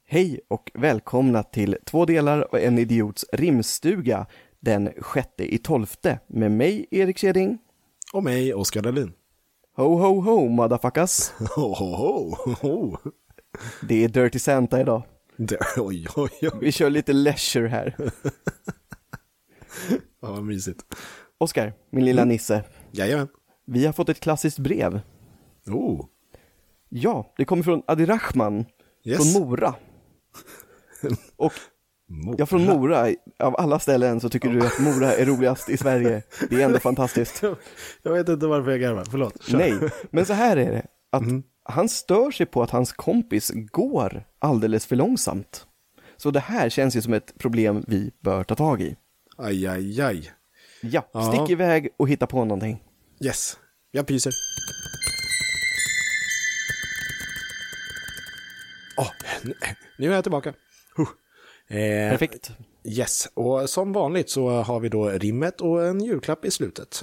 Hej och välkomna till 2 delar och en idiots rimstuga den 6/12 med mig Erik Kjeding. Och mig Oskar Dahlin. Ho ho ho motherfuckers. Ho ho ho ho. Det är Dirty Santa idag. Oj oj oj. Vi kör lite leisure här. Ja, vad mysigt. Oskar, min lilla nisse. Jajamän. Vi har fått ett klassiskt brev. Oh. Ja, det kommer från Adi Rahman. Yes. Från Mora. Och ja, från Mora, av alla ställen så tycker du att Mora är roligast i Sverige. Det är ändå fantastiskt. Jag vet inte varför jag garvar, förlåt. Kör. Nej, men så här är det. Att han stör sig på att hans kompis går alldeles för långsamt. Så det här känns ju som ett problem vi bör ta tag i. Aj, aj, aj. Ja, stick iväg och hitta på någonting. Yes, jag pyser. Nu är jag tillbaka. Perfekt. Yes, och som vanligt så har vi då rimmet och en julklapp i slutet.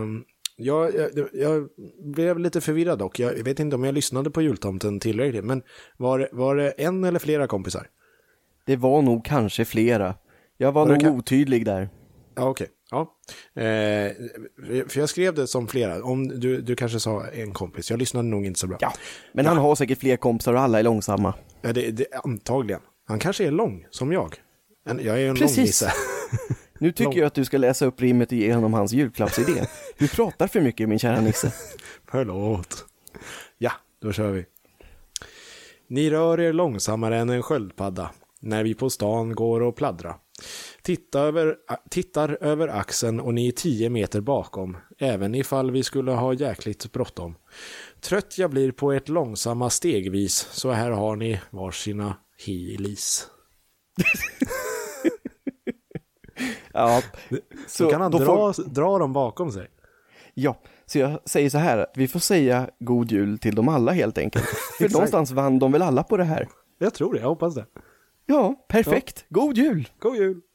Jag blev lite förvirrad dock. Jag vet inte om jag lyssnade på jultomten tillräckligt, men var det en eller flera kompisar? Det var nog kanske flera. Jag var nog otydlig där. Ja, okej. Ja. För jag skrev det som flera. Om du kanske sa en kompis. Jag lyssnade nog inte så bra. Ja, men han har säkert fler kompisar och alla är långsamma. Ja, det antagligen. Han kanske är lång, som jag. Jag är ju en Precis. lång nisse. Nu tycker jag att du ska läsa upp rimmet igenom hans julklappsidé. Du pratar för mycket, min kära nisse. Förlåt. Ja, då kör vi. Ni rör er långsammare än en sköldpadda när vi på stan går och pladdra. Tittar över axeln och ni är 10 meter bakom, även ifall vi skulle ha jäkligt bråttom. Trött jag blir på ert långsamma stegvis, så här har ni varsina heelys. Ja, så kan han dra dem bakom sig. Ja, så jag säger så här, vi får säga god jul till dem alla helt enkelt. För någonstans vann de väl alla på det här. Jag tror det, jag hoppas det. Ja, perfekt. Ja. God jul! God jul!